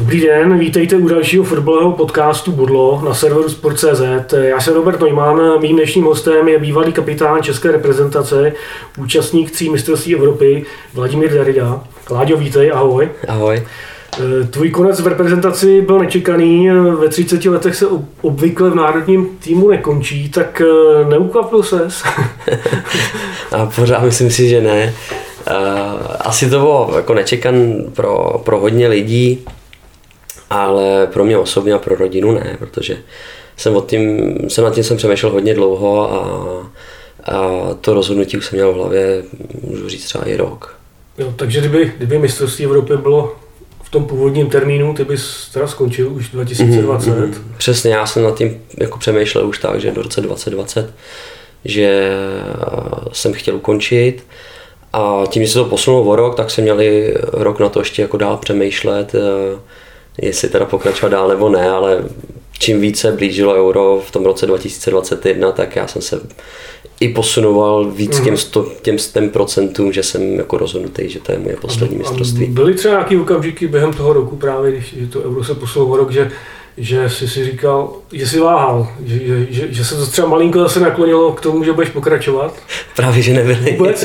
Dobrý den, vítejte u dalšího fotbalového podcastu Budlo na serveru Sport.cz. Já jsem Robert Neumann, mým dnešním hostem je bývalý kapitán české reprezentace, účastník 3 mistrovství Evropy Vladimír Darida. Láďo, vítej, ahoj. Ahoj. Tvůj konec v reprezentaci byl nečekaný, ve 30 letech se obvykle v národním týmu nekončí, tak neukvapil ses? A pořád myslím si, že ne. Asi to bylo jako nečekan pro hodně lidí, ale pro mě osobně a pro rodinu ne, protože jsem nad tím přemýšlel hodně dlouho a to rozhodnutí už jsem měl v hlavě, můžu říct třeba i rok. Jo, takže kdyby mistrovství Evropy bylo v tom původním termínu, ty bys teda skončil už 2020. Přesně, já jsem nad tím jako přemýšlel už tak, že do roce 2020, že jsem chtěl ukončit. A tím, že se to posunulo o rok, tak jsme měli rok na to ještě jako dál přemýšlet, jestli teda pokračovat dál nebo ne, ale čím více blížilo Euro v tom roce 2021, tak já jsem se i posunoval víc těm procentům, že jsem jako rozhodnutý, že to je moje poslední mistrovství. Byly třeba nějaký okamžiky během toho roku právě, když to Euro se posunulo o rok, že jsi si říkal, že jsi váhal, že se to třeba malinko zase naklonilo k tomu, že budeš pokračovat? Právě, že nebyly. Vůbec?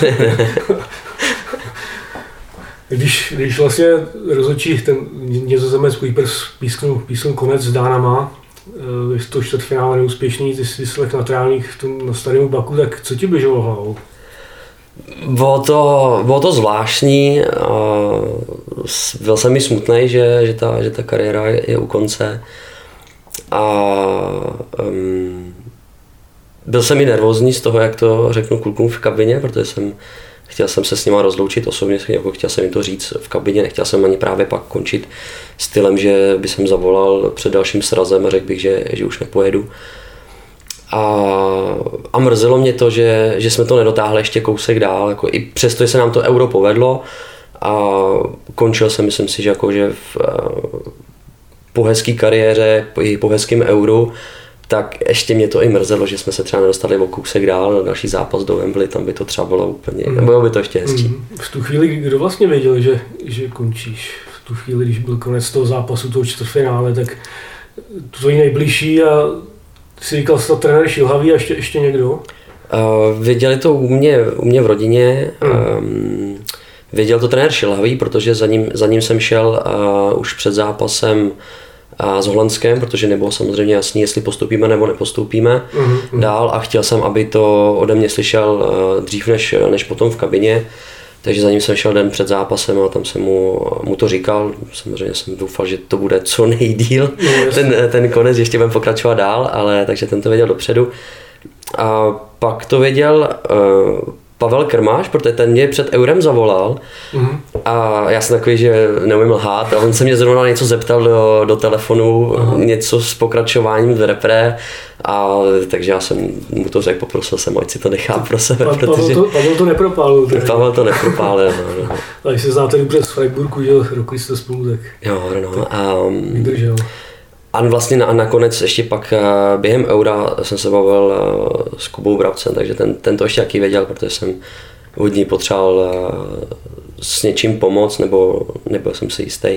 Když vlastně rozhodčí ten Nizozemec písknul konec s Dánama, v to čtvrtfinále neúspěšný, ty jsi vyslech na trávník na stadionu Baku, tak co ti běželo hlavou? Bylo to zvláštní, byl jsem mi smutný, že ta kariéra je u konce a byl jsem i nervózní z toho, jak to řeknu klukům v kabině, protože chtěl jsem se s nima rozloučit osobně, chtěl jsem jim to říct v kabině, nechtěl jsem ani právě pak končit stylem, že by jsem zavolal před dalším srazem a řekl bych, že už nepojedu. A mrzelo mě to, že jsme to nedotáhli ještě kousek dál, jako i přesto, že se nám to Euro povedlo a končil jsem, myslím si, že po hezký kariéře, po hezkým Euru, tak ještě mě to i mrzelo, že jsme se třeba nedostali o kousek dál na další zápas do Wembley, tam by to třeba bylo úplně, bylo by to ještě hezčí. V tu chvíli, kdo vlastně věděl, že končíš? V tu chvíli, když byl konec toho zápasu, toho čtvrtfinále, tak tvoji nejbližší a jsi říkal, že to trenér Šilhavý a ještě někdo? Věděli to u mě v rodině. Věděl to trenér Šilhavý, protože za ním jsem šel už před zápasem s Holandskem, protože nebylo samozřejmě jasný, jestli postupíme nebo nepostoupíme dál a chtěl jsem, aby to ode mě slyšel dřív než potom v kabině. Takže za ním jsem šel den před zápasem a tam jsem mu to říkal. Samozřejmě jsem doufal, že to bude co nejdýl, ten konec, ještě budeme pokračovat dál, ale takže ten to věděl dopředu. A pak to věděl Pavel Krmáš, protože ten mě před Eurem zavolal a já jsem takový, že neumím lhát a on se mě zrovna něco zeptal do telefonu, něco s pokračováním v repre a takže já jsem mu to řekl, poprosil jsem, ať si to nechá pro sebe. Pavel to nepropálil. Pavel to nepropálil. No. A když se znáte dobře z Freiburgu, že roky jste spolu, tak vydržel. A vlastně nakonec ještě pak během Eura jsem se bavil s Kubou Brabcem, takže ten to ještě taky věděl, protože jsem hodně potřeboval s něčím pomoct, nebo nebyl jsem si jistý.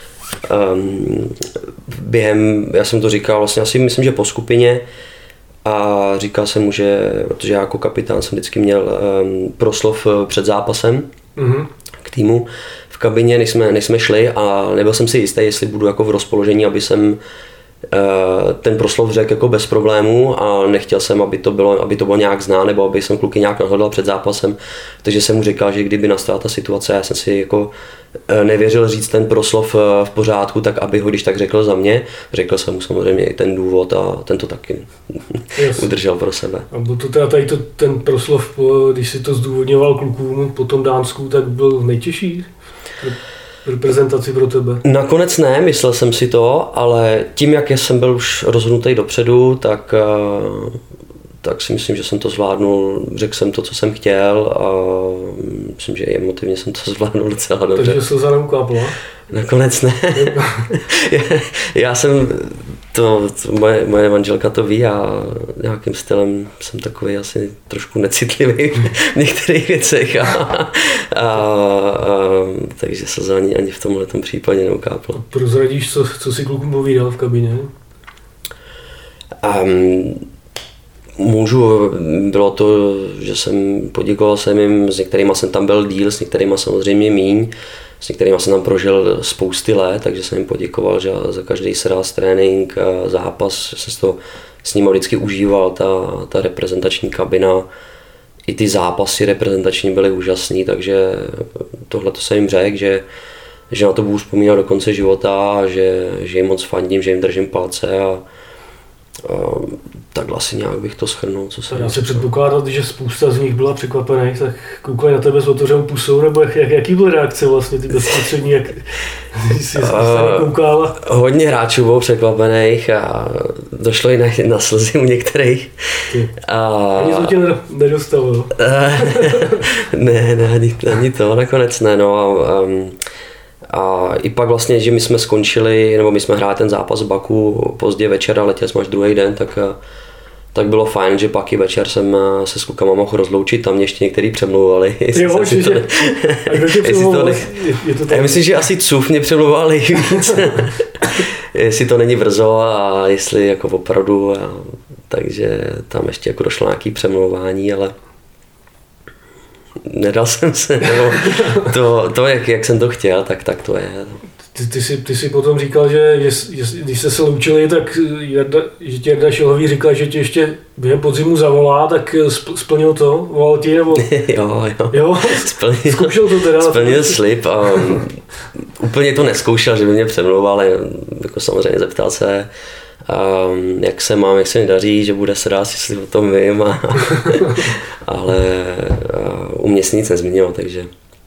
Já jsem to říkal vlastně asi myslím, že po skupině a říkal jsem mu, že protože já jako kapitán jsem vždycky měl proslov před zápasem k týmu v kabině, než jsme šli a nebyl jsem si jistý, jestli budu jako v rozpoložení, aby jsem ten proslov řekl jako bez problémů a nechtěl jsem, aby to bylo nějak zná, nebo aby jsem kluky nějak nahledal před zápasem, takže jsem mu říkal, že kdyby nastala ta situace, já jsem si jako nevěřil říct ten proslov v pořádku, tak aby ho když tak řekl za mě. Řekl jsem mu samozřejmě i ten důvod a ten to taky udržel pro sebe. A byl to teda ten proslov, když si to zdůvodňoval klukům po tom Dánsku, tak byl nejtěžší reprezentaci pro tebe? Nakonec ne, myslel jsem si to, ale tím, jak jsem byl už rozhodnutý dopředu, tak si myslím, že jsem to zvládnul, řekl jsem to, co jsem chtěl a myslím, že emotivně jsem to zvládnul docela dobře. Takže slza neukápla? Nakonec ne. Já jsem To moje manželka to ví a nějakým stylem jsem takový asi trošku necitlivý v některých věcech takže se za ani v tomhletom případě neukáplo. Prozradíš, co si klukům povídal v kabině? Bylo to, že poděkoval jsem jim, s některýma jsem tam byl díl, s některýma samozřejmě míň, s některýma jsem tam prožil spousty let, takže jsem jim poděkoval, že za každý sraz, trénink, zápas, že jsem to s nimi vždycky užíval, ta reprezentační kabina. I ty zápasy reprezentační byly úžasný, takže tohle to jsem jim řekl, že na to budu vzpomínat do konce života, že jim moc fandím, že jim držím palce a takhle asi nějak bych to shrnul. Dá se předpokládat, že spousta z nich byla překvapených, tak koukali na tebe s otevřenou pusou, nebo jaký byly reakce vlastně ty bezprostřední, jak jsi koukala? Hodně hráčů bylo překvapených a došlo i na slzy u některých. Ani to tě nedostalo? Ne, ani to, nakonec ne. No. A i pak vlastně, že my jsme skončili, nebo my jsme hráli ten zápas v Baku pozdě večer a letěli jsme až druhý den, tak bylo fajn, že pak i večer jsem se s klukama mohl rozloučit, tam mě ještě některý přemluvali. Já myslím, že asi Cuf mě přemluval nejvíc, jestli to není brzo a jestli jako opravdu, takže tam ještě jako došlo nějaké přemlouvání, ale nedal jsem se, nebo to jak jsem to chtěl, tak to je. Ty jsi potom říkal, že když jste se loučili, tak že ti Jarda Šilhavý říkal, že tě ještě během podzimu zavolá, tak splnil to? Volal ti nebo? Jo? Zkoušel to teda? Splnil slib a úplně to neskoušel, že by mě přemlouval, ale jako samozřejmě zeptal se, jak se mám, jak se mi daří, že bude se dát, jestli o tom vím, ale u mě se nic nezměnilo, takže.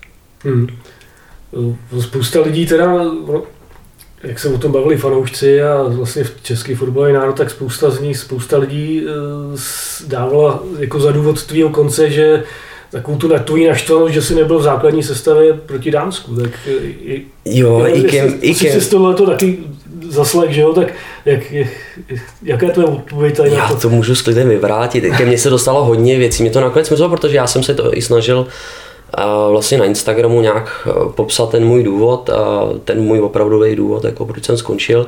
Spousta lidí teda, jak se o tom bavili fanoušci a vlastně v český fotbalový národ, tak spousta lidí dávala jako za důvod tvýho konce, že takovou tu tvojí naštvanost, že jsi nebyl v základní sestavě proti Dánsku. Tak jsi z tohleto taky zaslech, že jo? Tak jaká je tvoje odpověď tady na to? Já to můžu s klidem vyvrátit. Ke mně se dostalo hodně věcí. Mě to nakonec smyslo, protože já jsem se to i snažil vlastně na Instagramu nějak popsat ten můj důvod, ten můj opravdový důvod, jako proč jsem skončil.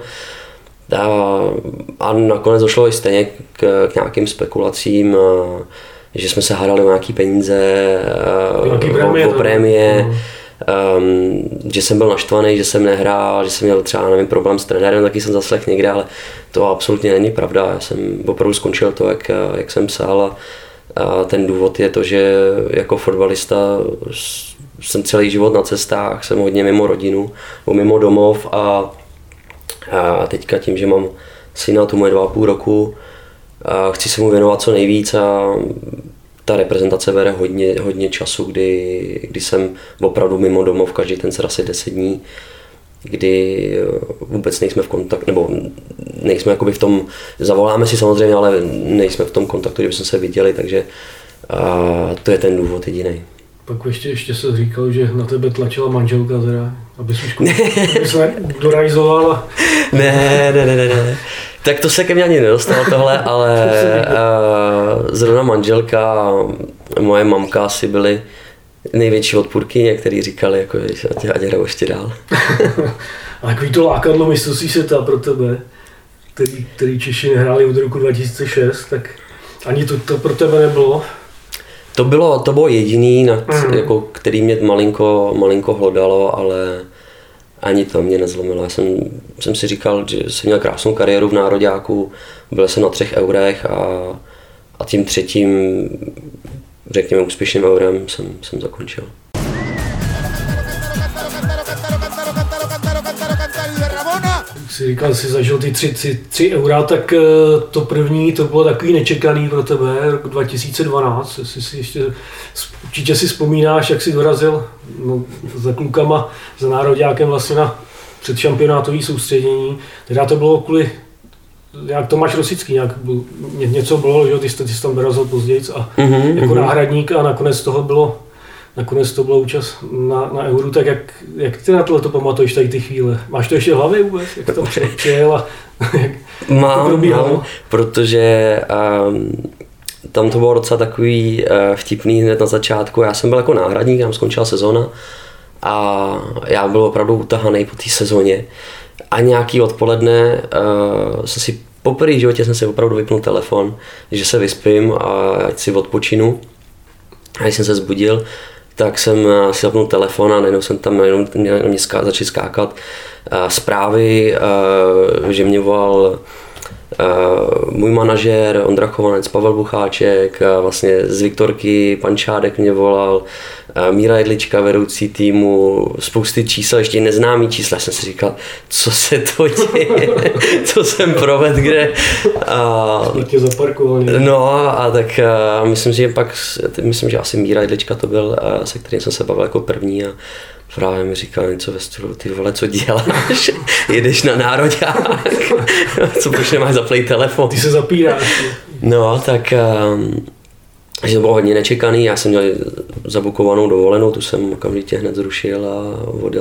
A nakonec došlo i stejně k nějakým spekulacím, že jsme se hádali o nějaký peníze, o prémie, že jsem byl naštvaný, že jsem nehrál, že jsem měl třeba nevím, problém s trenérem, taky jsem zaslech někde, ale to absolutně není pravda. Já jsem opravdu skončil to, jak jsem psal a ten důvod je to, že jako fotbalista jsem celý život na cestách, jsem hodně mimo rodinu, mimo domov a teďka tím, že mám syna, tu moje 2,5 roku, chci se mu věnovat co nejvíc a ta reprezentace bere hodně času, kdy jsem opravdu mimo domov každý ten asi 10 dní, kdy vůbec nejsme v kontaktu, nebo nejsme jakoby v tom, zavoláme si samozřejmě, ale nejsme v tom kontaktu, kdybychom se viděli, takže to je ten důvod jediný. Pak ještě se říkal, že na tebe tlačila manželka teda, abys už dorajzoval. Ne. Tak to se ke mně ani nedostalo tohle, ale zrovna manželka a moje mamka asi byly největší odpůrkyně, který říkali, jako, že ať hraju ještě dál. A takový to lákadlo mistrovství světa pro tebe, který Češi nehráli od roku 2006, tak ani to pro tebe nebylo? To bylo jediný, jako, který mě malinko hlodalo, ale ani to mě nezlomilo. Já jsem si říkal, že jsem měl krásnou kariéru v nároďáku, byl jsem na 3 eurech a tím třetím, řekněme, úspěšným eurem jsem zakončil. Jsi říkal, jsi zažil ty 3 eura, tak to první, to bylo takový nečekaný pro tebe, rok 2012. Určitě si vzpomínáš, jak jsi dorazil za klukama, za nároďákem vlastně na předšampionátový soustředění. Teda to bylo kvůli, jak Tomáš Rosický, něco bylo, že ty jsi tam dorazil později a jako náhradník a nakonec toho bylo nakonec to byla účast na Euru, tak jak ty na tohle to pamatuješ tady ty chvíle? Máš to ještě v hlavě vůbec? Jak to přijel a mám, protože tam to bylo docela takový vtipný hned na začátku. Já jsem byl jako náhradník, tam skončila sezona a já byl opravdu utahaný po té sezóně. A nějaký odpoledne jsem si poprvé v životě jsem si opravdu vypnul telefon, že se vyspím a ať si odpočinu. A když jsem se zbudil, tak jsem si zapnul telefon a najednou jsem tam začal skákat zprávy, že mě volal můj manažer Ondra Chovanec, Pavel Bucháček, vlastně z Viktorky Pančádek mě volal, Míra Jedlička, vedoucí týmu, spousty čísel, ještě neznámý čísla. Já jsem si říkal, co se to děje, co jsem provedl, kde. Tě zaparkoval. No a tak myslím, že asi Míra Jedlička to byl, se kterým jsem se bavil jako první a právě mi říkal něco ve stylu, ty vole, co děláš? Jedeš na nároďák? Co, proč nemáš zaplej telefon? Ty se zapíráš. No, tak že to bylo hodně nečekaný, já jsem měl zabukovanou dovolenou, tu jsem okamžitě hned zrušil a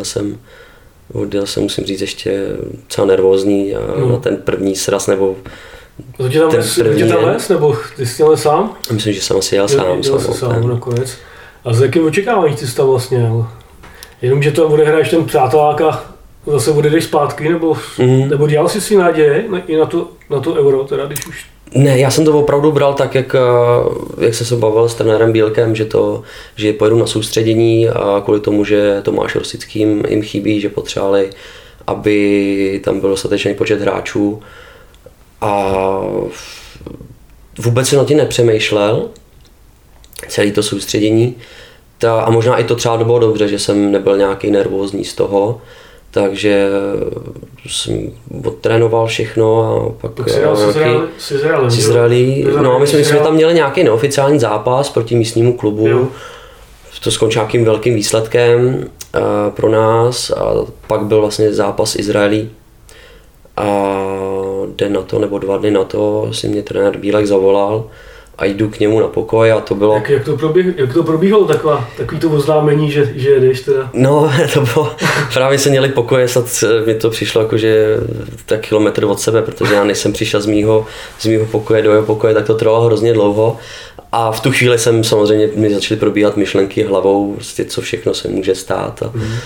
odjel jsem, musím říct, ještě celá nervózní na ten první sraz, nebo to tě tam les, nebo ty jsi jel sám? Myslím, že jsem asi jel sám nakonec. A z jakým očekávání jsi tam vlastně jel? Jenom, že to odehraješ ten přátelák a zase odejdeš zpátky, nebo dělal jsi si naděje i na to Euro, teda, když už... Ne, já jsem to opravdu bral tak, jak jsem se bavil s trenérem Bílkem, že pojedu na soustředění a kvůli tomu, že Tomáš Rosický jim chybí, že potřebovali, aby tam byl dostatečný počet hráčů a vůbec jsem na tím nepřemýšlel, celé to soustředění. A možná i to třeba bylo dobře, že jsem nebyl nějaký nervózní z toho, takže jsem odtrénoval všechno a pak s Izraelí. No, my jsme tam měli nějaký neoficiální zápas proti místnímu klubu. Jo. To skončilo nějakým velkým výsledkem pro nás a pak byl vlastně zápas Izraelí. A den na to nebo 2 dny na to si mě trenér Bílek zavolal a jdu k němu na pokoj a to bylo... Jak to probíhalo takový to oznámení, že jedeš teda? No, to bylo, právě se měli pokoje, snad mi to přišlo jako, že tak kilometr od sebe, protože já než jsem přišel z mýho pokoje do jeho pokoje, tak to trvalo hrozně dlouho a v tu chvíli samozřejmě mi začaly probíhat myšlenky hlavou, prostě co všechno se může stát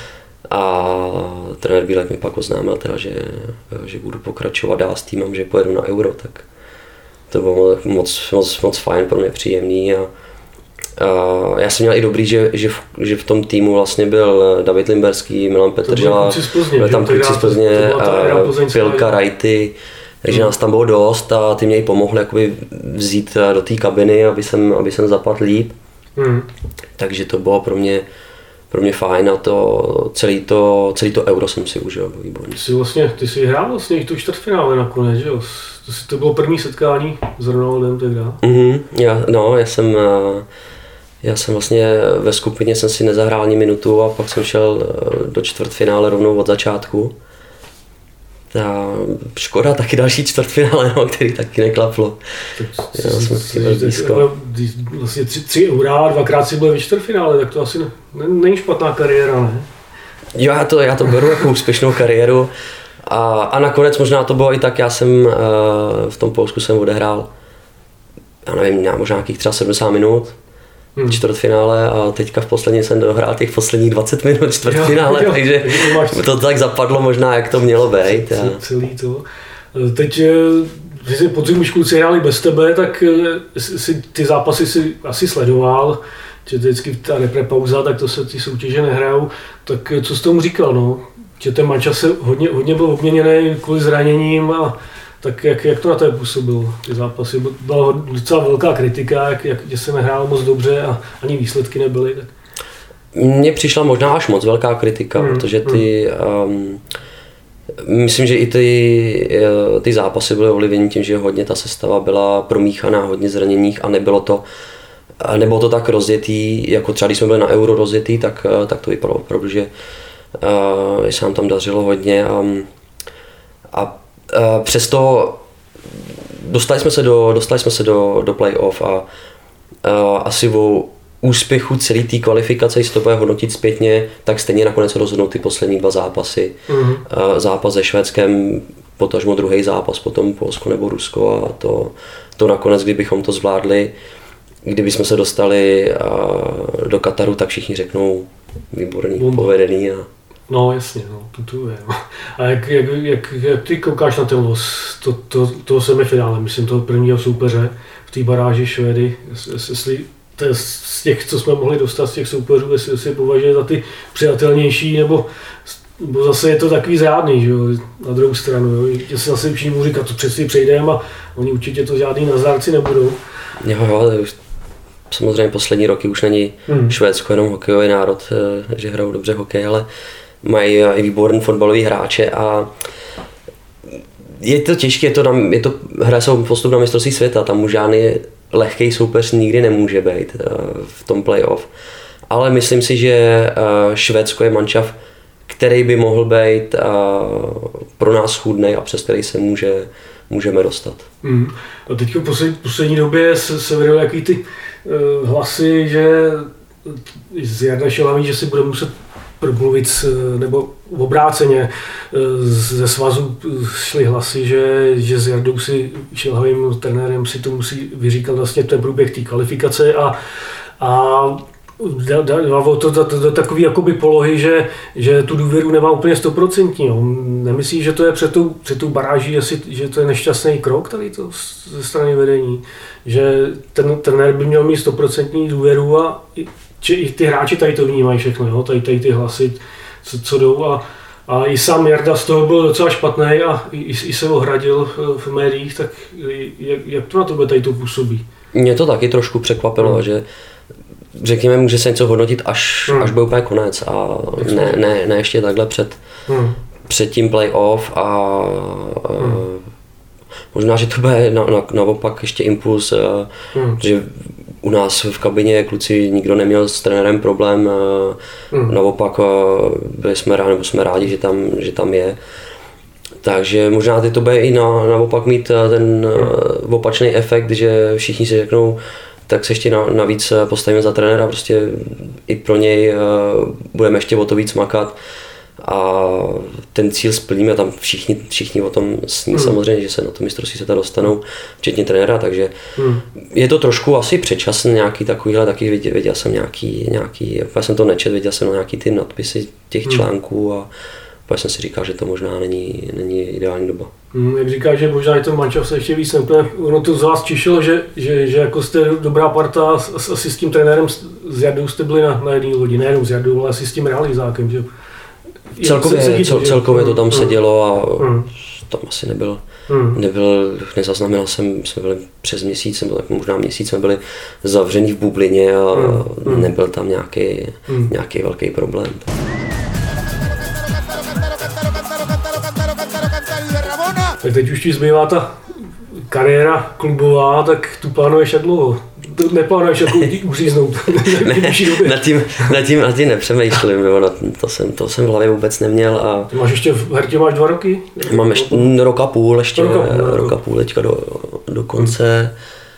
a trenér Bílek mi pak oznámil teda, že budu pokračovat dál s týmem, že pojedu na Euro, tak to bylo moc fajn, pro mě příjemný a já jsem měl i dobrý, že v tom týmu vlastně byl David Limberský, Milan Petržela, byl tam kluci z Plzně, Pilka, Rajty, takže nás tam bylo dost a ty mě i pomohli jakoby vzít do té kabiny, aby jsem zapadl líp. Takže to bylo pro mě fajn a celý to Euro jsem si užil výborně. Ty jsi hrál vlastně i tu čtvrtfinále nakonec, že jo? To bylo první setkání s Ronaldem teda. Já jsem vlastně ve skupině jsem si nezahrál ani minutu a pak jsem šel do čtvrtfinále rovnou od začátku. A škoda taky další čtvrtfinále, který taky neklaplo. Vlastně 3 Eura, 2krát si byl ve čtvrtfinále, tak to asi není špatná kariéra, ne? Jo, já to beru jako úspěšnou kariéru. A nakonec možná to bylo i tak, já jsem v tom Polsku jsem odehrál, já nevím, možná nějakých třeba 70 minut v čtvrtfinále a teďka v poslední jsem dohrál těch posledních 20 minut čtvrtfinále, takže to tak zapadlo možná, jak to mělo být. Celý to. Teď, když si podzim už kluci hráli bez tebe, tak si ty zápasy si asi sledoval, že vždycky ta reprepauza, tak to se ty soutěže nehrajou, tak co jsi tomu říkal, no? Že ten mančas se hodně byl obměněný kvůli zraněním a tak jak to na tebe působilo, ty zápasy? Byla docela velká kritika, že se nehrálo moc dobře a ani výsledky nebyly. Tak. Mně přišla možná až moc velká kritika, protože myslím, že i ty zápasy byly ovlivněny tím, že hodně ta sestava byla promíchaná, hodně zraněných a nebylo to tak rozjetý, jako třeba když jsme byli na Euro rozjetý, tak to vypadalo opravdu, že se nám tam dařilo hodně a přesto dostali jsme se do playoff a asi úspěchu celé té kvalifikace, jestli to bude hodnotit zpětně, tak stejně nakonec rozhodnou ty poslední 2 zápasy. Zápas se Švédskem, potažmo druhý zápas, potom Polsko nebo Rusko a to nakonec, kdybychom to zvládli, kdybychom se dostali do Kataru, tak všichni řeknou výborný, povedený. No jasně, to je. A jak ty koukáš na ten los, toho semifinále, myslím toho prvního soupeře v té baráži Švédy, jestli z těch, co jsme mohli dostat z těch soupeřů, jestli si považuje za ty přijatelnější, nebo zase je to takový zrádný, že jo, na druhou stranu, jo, že se zase všichni můžou říkat, to přesně přejdeme a oni určitě to žádný nazdárci nebudou. Jo, samozřejmě poslední roky už není Švédsko jenom hokejový národ, že hrajou dobře hokej, ale mají i výborný fotbalový hráče a je to těžké, hra jsou postup na mistrovství světa, tam už žádný lehký soupeř nikdy nemůže být v tom playoff. Ale myslím si, že Švédsko je manšaft, který by mohl být pro nás schůdnej a přes který se můžeme dostat. A teď v poslední době se vedou jaký ty hlasy, že z Jarda Šilhavý, že si bude muset promluvit, nebo obráceně ze svazu šly hlasy, že s Jardou Šilhavým trenérem si to musí vyříkat vlastně ten průběh té kvalifikace a dává to do takové jakoby polohy, že tu důvěru nemá úplně 100%. Nemyslí, že to je před tou baráží, že to je nešťastný krok tady to ze strany vedení, že ten trenér by měl mít 100% důvěru a i ty hráči tady to vnímají všechno, jo? Tady ty hlasy, co jdou a i sám Jarda z toho byl docela špatný a i se ohradil v médiích, tak jak to na tebe tady to působí? Mě to taky trošku překvapilo, že řekněme, může se něco hodnotit, až bude úplně konec a ne ještě takhle před tím playoff a možná, že to bude naopak ještě impuls, že u nás v kabině kluci nikdo neměl s trenérem problém, naopak jsme rádi, že tam je. Takže možná to bude i naopak mít ten opačný efekt, že všichni si řeknou, tak se ještě navíc postavíme za trenéra, prostě i pro něj budeme ještě o to víc makat a ten cíl splníme, tam všichni o tom sní samozřejmě, že se na to mistrovství světa dostanou, včetně trenéra, takže je to trošku asi předčasný nějaký takovýhle, taky viděl jsem nějaký, já jsem to nečet, viděl jsem nějaký ty nadpisy těch článků a pak jsem si říkal, že to možná není ideální doba. Jak říkáš, že možná i ten mančaft se ještě víc neúplně, ono to z vás čišilo, že jako jste dobrá parta, asi s tím trenérem s Jardou jste byli na jedné lodi, nejenom s Jardou, ale asi s tím realizákem, že? Celkově to tam sedělo a tam asi nezaznamenal jsme byli přes měsíc, nebo možná měsíc jsme byli zavřený v bublině a nebyl tam nějaký velký problém. Tak teď už ti zbývá ta kariéra klubová, tak tu plánuješ jak dlouho? Neplánuješ jako uříznout? Nad tím nepřemýšlím, to jsem v hlavě vůbec neměl. A ty máš ještě v Hertě 2 roky? Mám ještě rok a půl teďka do konce.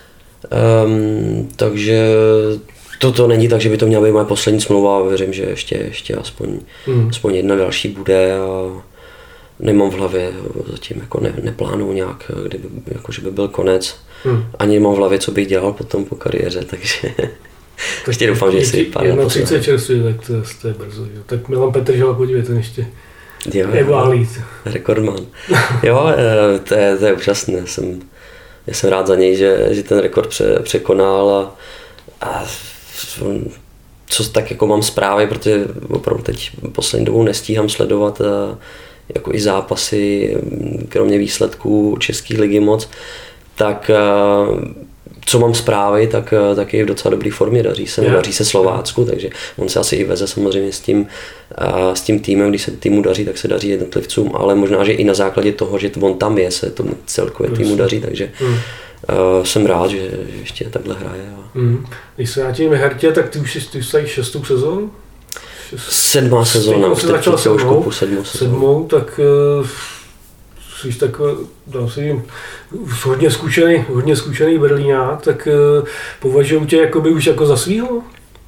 Takže to není tak, že by to měla být moje poslední smlouva a věřím, že ještě aspoň jedna další bude. A nemám v hlavě zatím, jako neplánuju nějak, že by byl konec. Ani nemám v hlavě, co bych dělal potom po kariéře, takže ještě doufám, že si vypadá. 31 čerstvý, tak to je brzo. Jo. Tak Milan Petržela, podívej, ten ještě je váhlý. Rekordman. Jo, to je úžasné. Já jsem rád za něj, že ten rekord překonal a co tak jako mám zprávy, protože opravdu teď poslední dobou nestíhám sledovat jako i zápasy, kromě výsledků České ligy moc, tak co mám zprávy, tak je v docela dobré formě, daří se Slovácku, takže on se asi i veze samozřejmě s tím týmem, když se týmu daří, tak se daří jednotlivcům, ale možná, že i na základě toho, že on tam je, se tomu celkově týmu daří, takže jsem rád, že ještě takhle hraje. Když se vrátíme Hertě, tak ty už jsi 6. sezónu? 7. sezóna, už teď už koupu 7. tak jsi tak, dám si hodně zkušený Berlíňák, tak považuji tě jakoby už jako za svýho?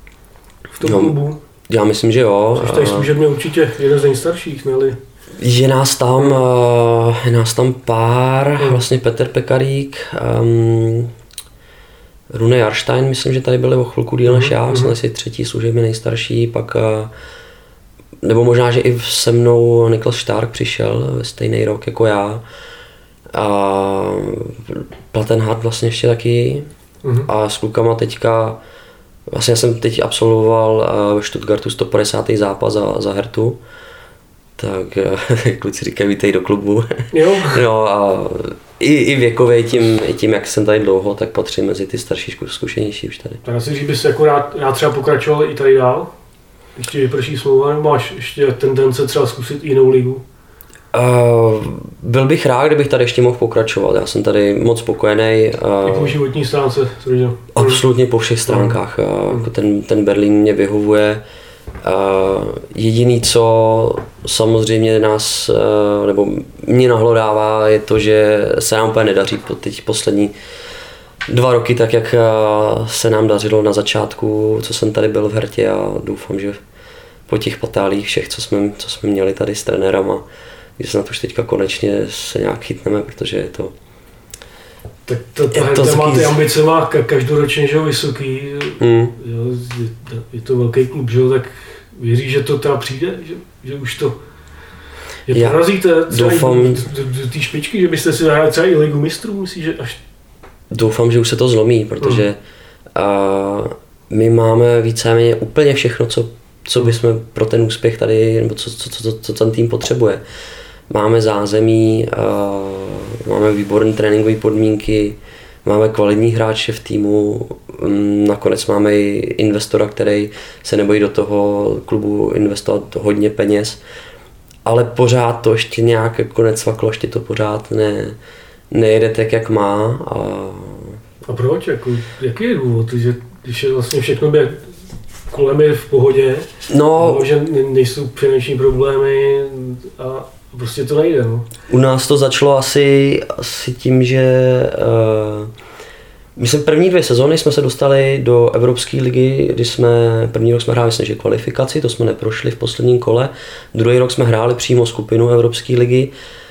v tom klubu? Já myslím, že jo. Což tady služebně určitě jeden z nejstarších, ne-li? Je nás tam pár, vlastně Petr Pekarík, Rune Jarstein, myslím, že tady byli o chvilku díl než já, jsem asi třetí služebně nejstarší, pak, nebo možná, že i se mnou Niklas Stark přišel ve stejný rok jako já. A Plattenhardt vlastně ještě taky. A s klukama teďka, vlastně já jsem teď absolvoval ve Stuttgartu 150. zápas za Hertu. Tak kluci říkají, vítej do klubu. Jo. No a i věkově tím, jak jsem tady dlouho, tak patřím mezi ty starší, zkušenější už tady. Tak asi, že bys jako rád třeba pokračoval i tady dál? Ještě vyprší smlouva, nebo máš ještě tendence třeba zkusit jinou ligu? Byl bych rád, kdybych tady ještě mohl pokračovat. Já jsem tady moc spokojený. I po životní stránce? Absolutně po všech stránkách. Ten Berlín mě vyhovuje. Jediný, co samozřejmě nás, nebo mě nahlodává, je to, že se nám úplně nedaří teď poslední 2 roky, tak jak se nám dařilo na začátku, co jsem tady byl v Hertě, a doufám, že po těch patálích všech, co jsme měli tady s trenérama, že se na to už teďka konečně se nějak chytneme, protože je to... Tak Herta má ty ambice, má každoročně, že vysoký, je to velký klub, že jo, tak věří, že to teda přijde, že už to porazíte doufám, do té špičky, že byste si zahrali třeba i ligu mistrů, myslíš, že až... Doufám, že už se to zlomí, protože my máme víceméně úplně všechno, co bychom pro ten úspěch tady, nebo co ten tým potřebuje. Máme zázemí, máme výborné tréninkové podmínky, máme kvalitní hráče v týmu, nakonec máme i investora, který se nebojí do toho klubu investovat hodně peněz, ale pořád to ještě nějak jako necvaklo, ještě to pořád nejede tak, jak má. A proč? Jaký je důvod, že když je vlastně všechno kolem je v pohodě, že nejsou finanční problémy a prostě to nejde. No. U nás to začalo asi tím, že myslím první 2 sezóny jsme se dostali do Evropské ligy, kdy první rok jsme hráli myslím, že kvalifikaci, to jsme neprošli v posledním kole, druhý rok jsme hráli přímo skupinu Evropské ligy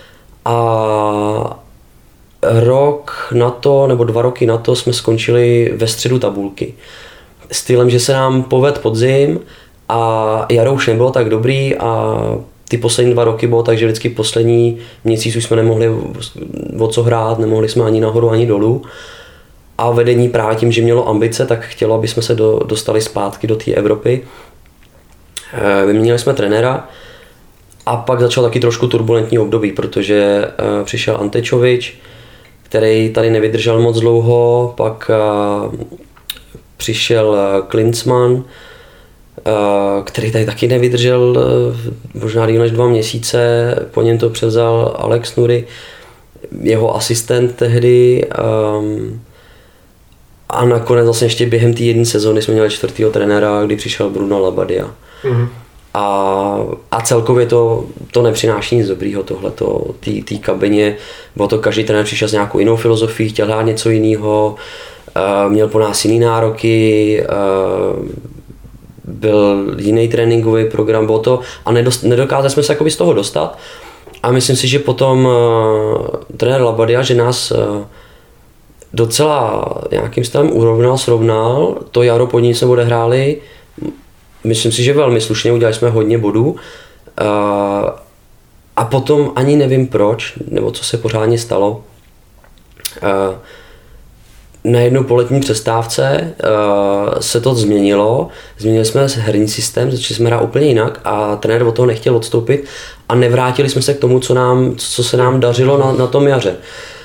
a rok na to, nebo 2 roky na to jsme skončili ve středu tabulky. Stylem, že se nám povedl podzim a jaro už nebylo tak dobrý a ty poslední 2 roky bylo tak, že vždycky poslední měsíc už jsme nemohli o co hrát, nemohli jsme ani nahoru, ani dolů. A vedení právě tím, že mělo ambice, tak chtělo, aby jsme se dostali zpátky do té Evropy. Vyměnili jsme trenéra a pak začal taky trošku turbulentní období, protože přišel Antečovič, který tady nevydržel moc dlouho, pak přišel Klinsmann, který tady taky nevydržel možná díl než 2 měsíce, po něm to převzal Alex Nury, jeho asistent tehdy, a nakonec vlastně ještě během té 1 sezóny jsme měli 4. trenéra, kdy přišel Bruno Labbadia. A celkově to nepřináší nic dobrýho tohleto, té kabině, bylo to každý trenér přišel s nějakou jinou filozofií, chtěl hrát něco jiného, měl po nás jiný nároky, byl jiný tréninkový program, bylo to a nedokázali jsme se z toho dostat. A myslím si, že potom trenér Labbadia, že nás docela nějakým stylem srovnal, to jaro pod ní jsme odehráli, myslím si, že velmi slušně, udělali jsme hodně bodů a potom ani nevím proč, nebo co se pořádně stalo. Najednou po letní přestávce se to změnilo, změnili jsme herní systém, začali jsme hrát úplně jinak a trenér od toho nechtěl odstoupit a nevrátili jsme se k tomu, co se nám dařilo na tom jaře.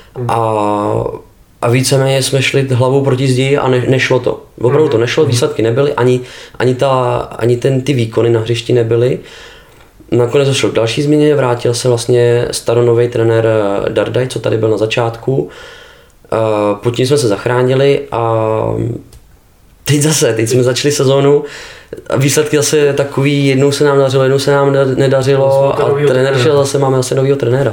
A víceméně jsme šli hlavou proti zdi a nešlo to. Opravdu to nešlo, výsledky nebyly, ani ty výkony na hřišti nebyly. Nakonec došlo k další změně, vrátil se vlastně staronový trenér Dardaj, co tady byl na začátku. Pod tím jsme se zachránili a teď jsme začali sezónu a výsledky zase takový, jednou se nám dařilo, jednou se nám nedařilo a trenér šel zase, máme zase novýho trenéra.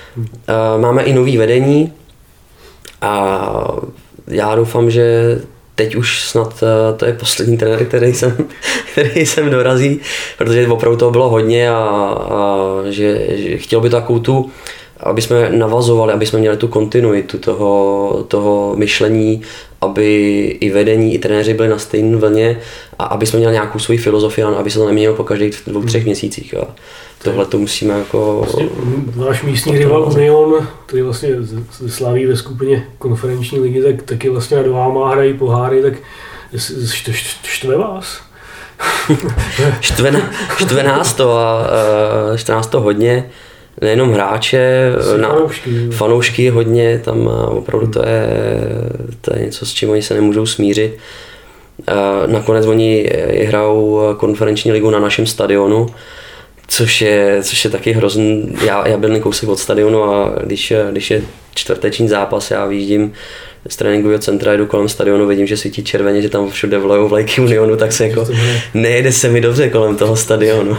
Máme i nový vedení a já doufám, že teď už snad to je poslední trenér, který sem dorazí, protože opravdu toho bylo hodně a že chtěl by takovou tu, aby jsme navazovali, aby jsme měli tu kontinuitu toho myšlení, aby i vedení, i trenéři byli na stejné vlně a aby jsme měli nějakou svoji filozofii, aby se to neměnilo po každých 2-3 měsících. A tohle to musíme jako... Vlastně váš místní rival Union, který vlastně slaví ve skupině konferenční ligy, tak taky vlastně nad váma hrají poháry, tak štve vás? štve nás to a štve nás to hodně. Nejenom hráče, fanoušky hodně, tam opravdu to je něco, s čím oni se nemůžou smířit. Nakonec oni hrajou konferenční ligu na našem stadionu, což je taky hrozný. Já byl kousek od stadionu a když je čtvrteční zápas, já výjíždím z tréninkového centra, jdu kolem stadionu, vidím, že svítí červeně, že tam všude vlejou vlajky Unionu, tak se jako nejede se mi dobře kolem toho stadionu.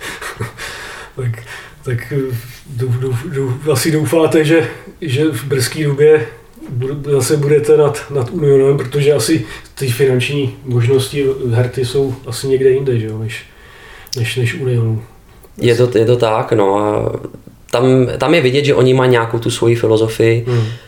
Tak asi doufáte, že v brzké době zase budete nad Unionem, protože asi ty finanční možnosti Herty jsou asi někde jinde, že jo, než Unionu. Je to tak, no a tam je vidět, že oni mají nějakou tu svoji filozofii,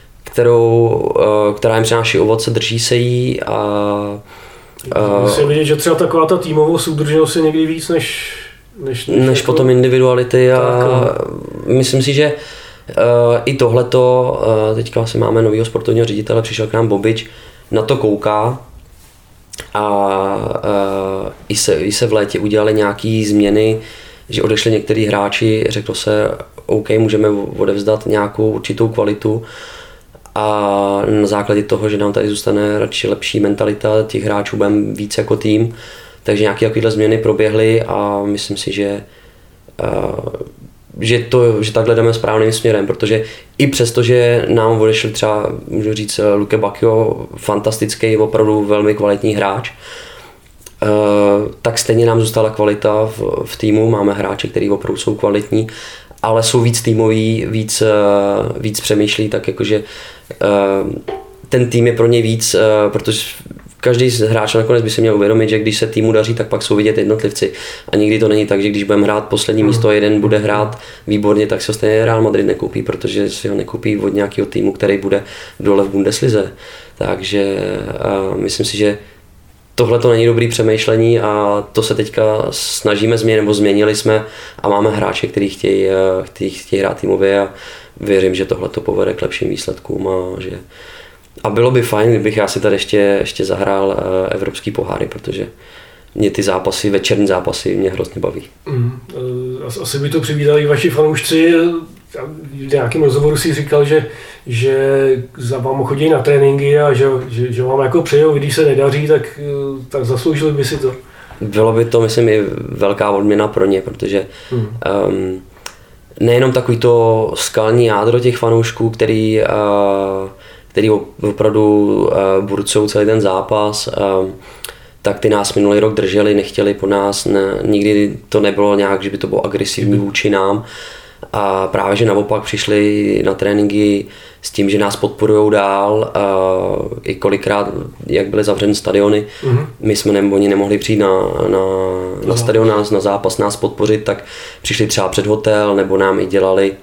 která jim přináší ovoce, drží se jí a... Musím vidět, že třeba taková ta týmová soudržnost je někdy víc než jako, potom individuality a myslím si, že i tohleto, teďka asi máme novýho sportovního ředitele, přišel k nám Bobič, na to kouká a i se v létě udělali nějaké změny, že odešli některý hráči, řeklo se, OK, můžeme odevzdat nějakou určitou kvalitu a na základě toho, že nám tady zůstane radši lepší mentalita těch hráčů, budeme víc jako tým. Takže nějaké takovéhle změny proběhly a myslím si, že takhle jdeme správným směrem, protože i přesto, že nám odešel třeba, můžu říct, Luke Bacchio, fantastický, opravdu velmi kvalitní hráč, tak stejně nám zůstala kvalita v týmu, máme hráče, kteří opravdu jsou kvalitní, ale jsou víc týmoví, víc přemýšlí, tak jakože ten tým je pro ně víc, protože každý hráč nakonec by si měl uvědomit, že když se týmu daří, tak pak jsou vidět jednotlivci. A nikdy to není tak, že když budeme hrát poslední místo a jeden bude hrát výborně, tak se stejně Real Madrid nekoupí, protože si ho nekoupí od nějakého týmu, který bude dole v Bundeslize. Takže myslím si, že tohle to není dobrý přemýšlení a to se teďka snažíme změnit, nebo změnili jsme a máme hráče, kteří chtějí hrát týmově a věřím, že tohle to povede k lepším výsledkům a bylo by fajn, kdybych já si tady ještě zahrál evropský poháry, protože mě ty zápasy, večerní zápasy mě hrozně baví. Asi by to přivítali vaši fanoušci. V nějakém rozhovoru si říkal, že za vám chodí na tréninky a že vám jako přejou, když se nedaří, tak zasloužili by si to. Bylo by to, myslím, i velká odměna pro ně, protože nejenom takový to skalní jádro těch fanoušků, který opravdu burcují celý ten zápas, tak ty nás minulý rok drželi, nechtěli po nás, nikdy to nebylo nějak, že by to bylo agresivní vůči nám. A právě, že naopak přišli na tréninky s tím, že nás podporujou dál, i kolikrát, jak byly zavřeny stadiony, my jsme oni nemohli přijít na stadion, na zápas nás podpořit, tak přišli třeba před hotel, nebo nám i dělali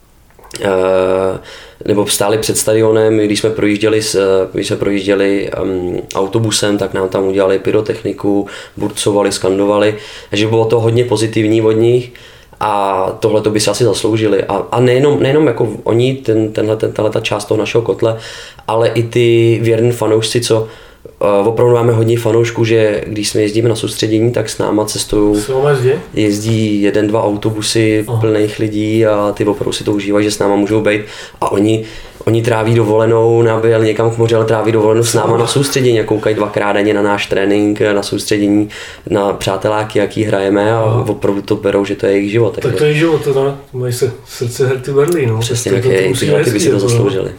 nebo stáli před stadionem, když jsme projížděli autobusem, tak nám tam udělali pyrotechniku, burcovali, skandovali, takže bylo to hodně pozitivní od nich a tohle to by si asi zasloužili. A nejenom jako oni, tahleta část toho našeho kotle, ale i ty věrní fanoušci, co opravdu máme hodně fanoušků, že když jsme jezdíme na soustředění, tak s náma cestují, jezdí 1-2 autobusy plných lidí a ty opravdu si to užívají, že s náma můžou být a oni tráví dovolenou, nebyli někam k moři, ale tráví dovolenou s náma na soustředění a koukají 2krát denně na náš trénink, na soustředění, na přáteláky, jaký hrajeme a opravdu to berou, že to je jejich život. Tak to je život, to mají srdce Herty Berlín. No. Přesně, tak je, ty by si to zasloužili.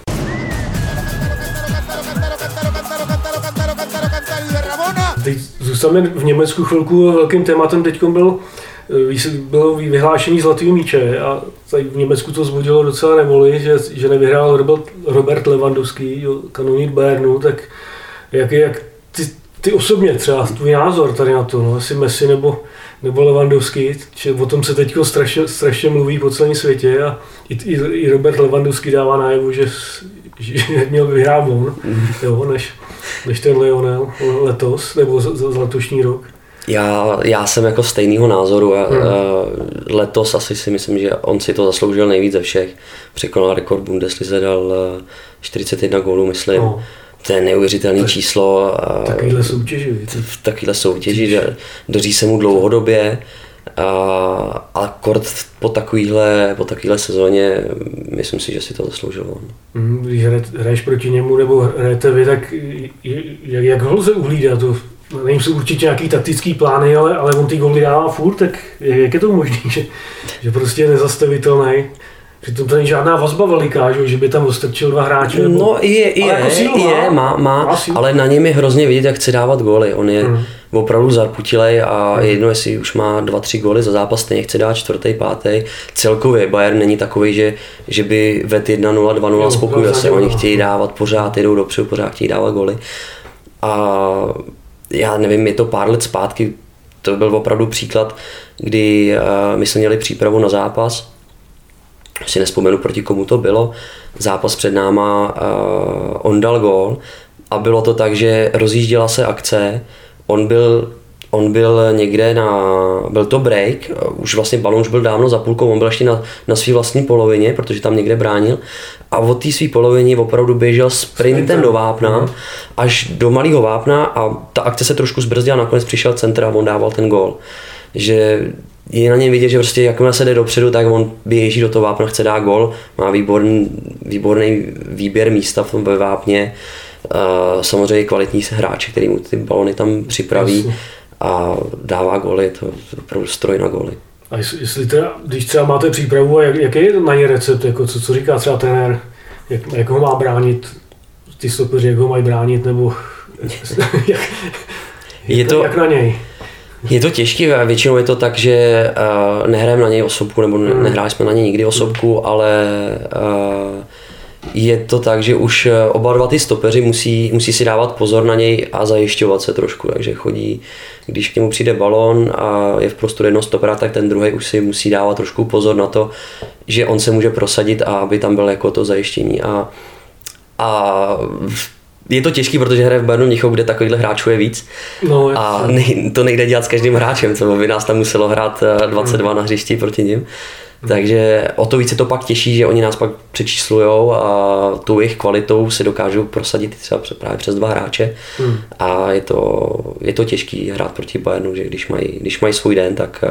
Teď zůstáváme v Německu chvilku. Velkým tématem teď bylo vyhlášení zlatého míče a tady v Německu to vzbudilo docela nevoli, že nevyhrál Robert Lewandowski, kanonýr Bayernu, tak jak ty osobně třeba, tvůj názor tady na to, no, jestli Messi nebo Lewandowski, že o tom se teď strašně mluví po celém světě a i Robert Lewandowski dává najevu, že měl vyhrát on, jo, než ten Lionel letos, nebo za letošní rok. Já jsem jako stejného názoru. Letos asi si myslím, že on si to zasloužil nejvíc ze všech. Překonal rekord Bundeslize, dal 41 gólů, myslím. No. To je neuvěřitelné číslo. V takovéhle soutěži, daří se mu dlouhodobě. A kort po takovéhle sezóně, myslím si, že si to zasloužil on. Když hraješ proti němu nebo hrajete vy, tak jak ho lze uhlídat? Nevím, jsou určitě nějaký taktický plány, ale on ty góly dává furt, tak jak je to možné, že prostě je nezastavitelný? Přitom to není žádná vazba veliká, že by tam ostrčil 2 hráče. No má, ale na něm je hrozně vidět, jak chce dávat góly. On je opravdu zarputilej a jedno, jestli už má 2-3 góly za zápas, stejně chce dát 4., 5. Celkově Bayern není takový, že by ved 1-0, 2-0 spokojil se. Oni chtějí dávat pořád, jedou dopředu, pořád chtějí dávat góly. A já nevím, je to pár let zpátky, to byl opravdu příklad, kdy my jsme měli přípravu na zápas, si nespomenu, proti komu to bylo, zápas před náma, on dal gól a bylo to tak, že rozjížděla se akce, on byl někde byl to break, už vlastně balon už byl dávno za půlkou, on byl ještě na své vlastní polovině, protože tam někde bránil a od té své polovině opravdu běžel sprintem do vápna, až do malého vápna a ta akce se trošku zbrzdila, nakonec přišel centr a on dával ten gól. Že je na něm vidět, že prostě jakmile se jde dopředu, tak on běží do toho vápna, chce dát gól, má výborný výběr místa v tom ve vápně, samozřejmě kvalitní hráči, který mu ty balony tam připraví a dává góly, to je opravdu stroj na góly. A jestli teda, když třeba máte přípravu, a jaký je na ně recept, jako co říká třeba trenér, jak ho má bránit, ty stopeři, jak ho mají bránit, nebo jak na něj? Je to těžké a většinou je to tak, že nehrajeme na něj osobku, nebo nehráli jsme na něj nikdy osobku, ale je to tak, že už oba dva ty stopeři musí si dávat pozor na něj a zajišťovat se trošku, takže chodí, když k němu přijde balón a je v prostoru jednoho stopera, tak ten druhý už si musí dávat trošku pozor na to, že on se může prosadit a aby tam byl jako to zajištění a je to těžký, protože hraje v Bayernu Mnichov, kde takovýhle hráčů je víc a to nejde dělat s každým hráčem, co by nás tam muselo hrát 22 na hřišti proti nim. Takže o to více to pak těší, že oni nás pak přečíslujou a tu jejich kvalitou se dokážou prosadit třeba právě přes 2 hráče a je to těžký hrát proti Bayernu, že když mají svůj den, tak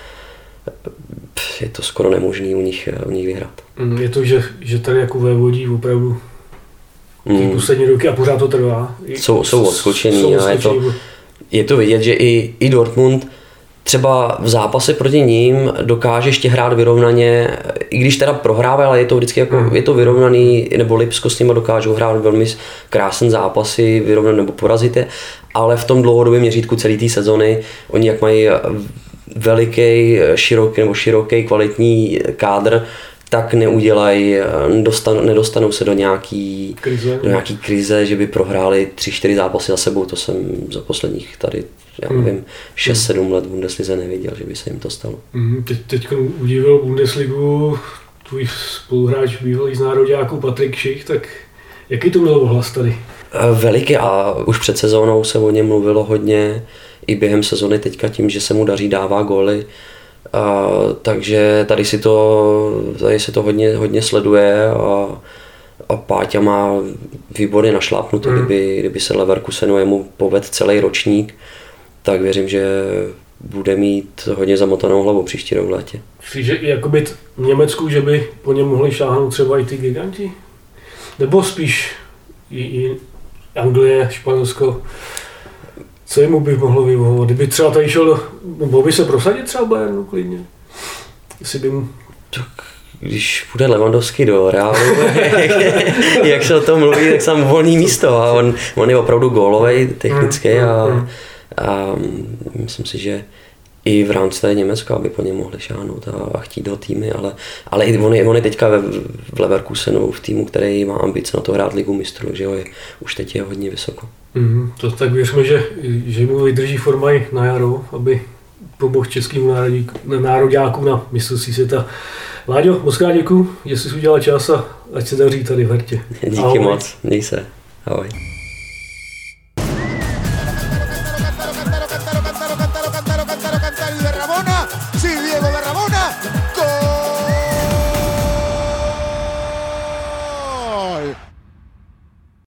je to skoro nemožný u nich vyhrát. Je to, že tady jako vévodí opravdu ty poslední roky a pořád to trvá. Jsou odskočení a je to vidět, že i Dortmund třeba v zápase proti ním dokáže ještě hrát vyrovnaně, i když teda prohrává, ale je to vždycky jako, je to vyrovnaný, nebo Lipsko s nimi dokážou hrát velmi krásné zápasy, vyrovnané nebo porazit je, ale v tom dlouhodobém měřítku celé té sezony, oni jak mají veliký, široký, kvalitní kádr, tak neudělají, nedostanou se do nějaký krize, že by prohráli 3-4 zápasy za sebou, to jsem za posledních tady, já nevím, 6-7 let v Bundeslize neviděl, že by se jim to stalo. Teď udivil Bundesligu tvůj spoluhráč bývalý z nároďáků Patrik Schick, tak jaký to měl ohlas tady? Veliký a už před sezónou se o něm mluvilo hodně, i během sezóny teďka tím, že se mu daří, dává góly. Takže tady se to hodně sleduje a Páťa má výborně našlápnuto, kdyby se Leverkusenu jemu povedl celý ročník, tak věřím, že bude mít hodně zamotanou hlavu příští rok v létě. Myslíš, že jakoby v Německu, že by po něm mohli šáhnout třeba i ty giganti? Nebo spíš i Anglie, Španělsko? Co jemu by mohlo vyhovovat? Kdyby třeba tady šel, mohl by se prosadit třeba Bayernu klidně? Jestli by mu... Tak, když bude Lewandowski do Realu, jak se o tom mluví, tak sam volný místo a on je opravdu gólovej, technický a myslím si, že i v rámci té Německa, aby po něm mohli šáhnout a chtít do týmy, ale i on je teďka v Leverkusenu, v týmu, který má ambice na to hrát ligu mistrů, takže už teď je hodně vysoko. To tak věřme, že mu vydrží forma i na jaro, aby pomohl českým nároďákům na mistrovství světa. Láďo, moc krát děkuju, že jsi udělal čas a ať se daří tady v Hertě. Díky moc, měj se. Ahoj.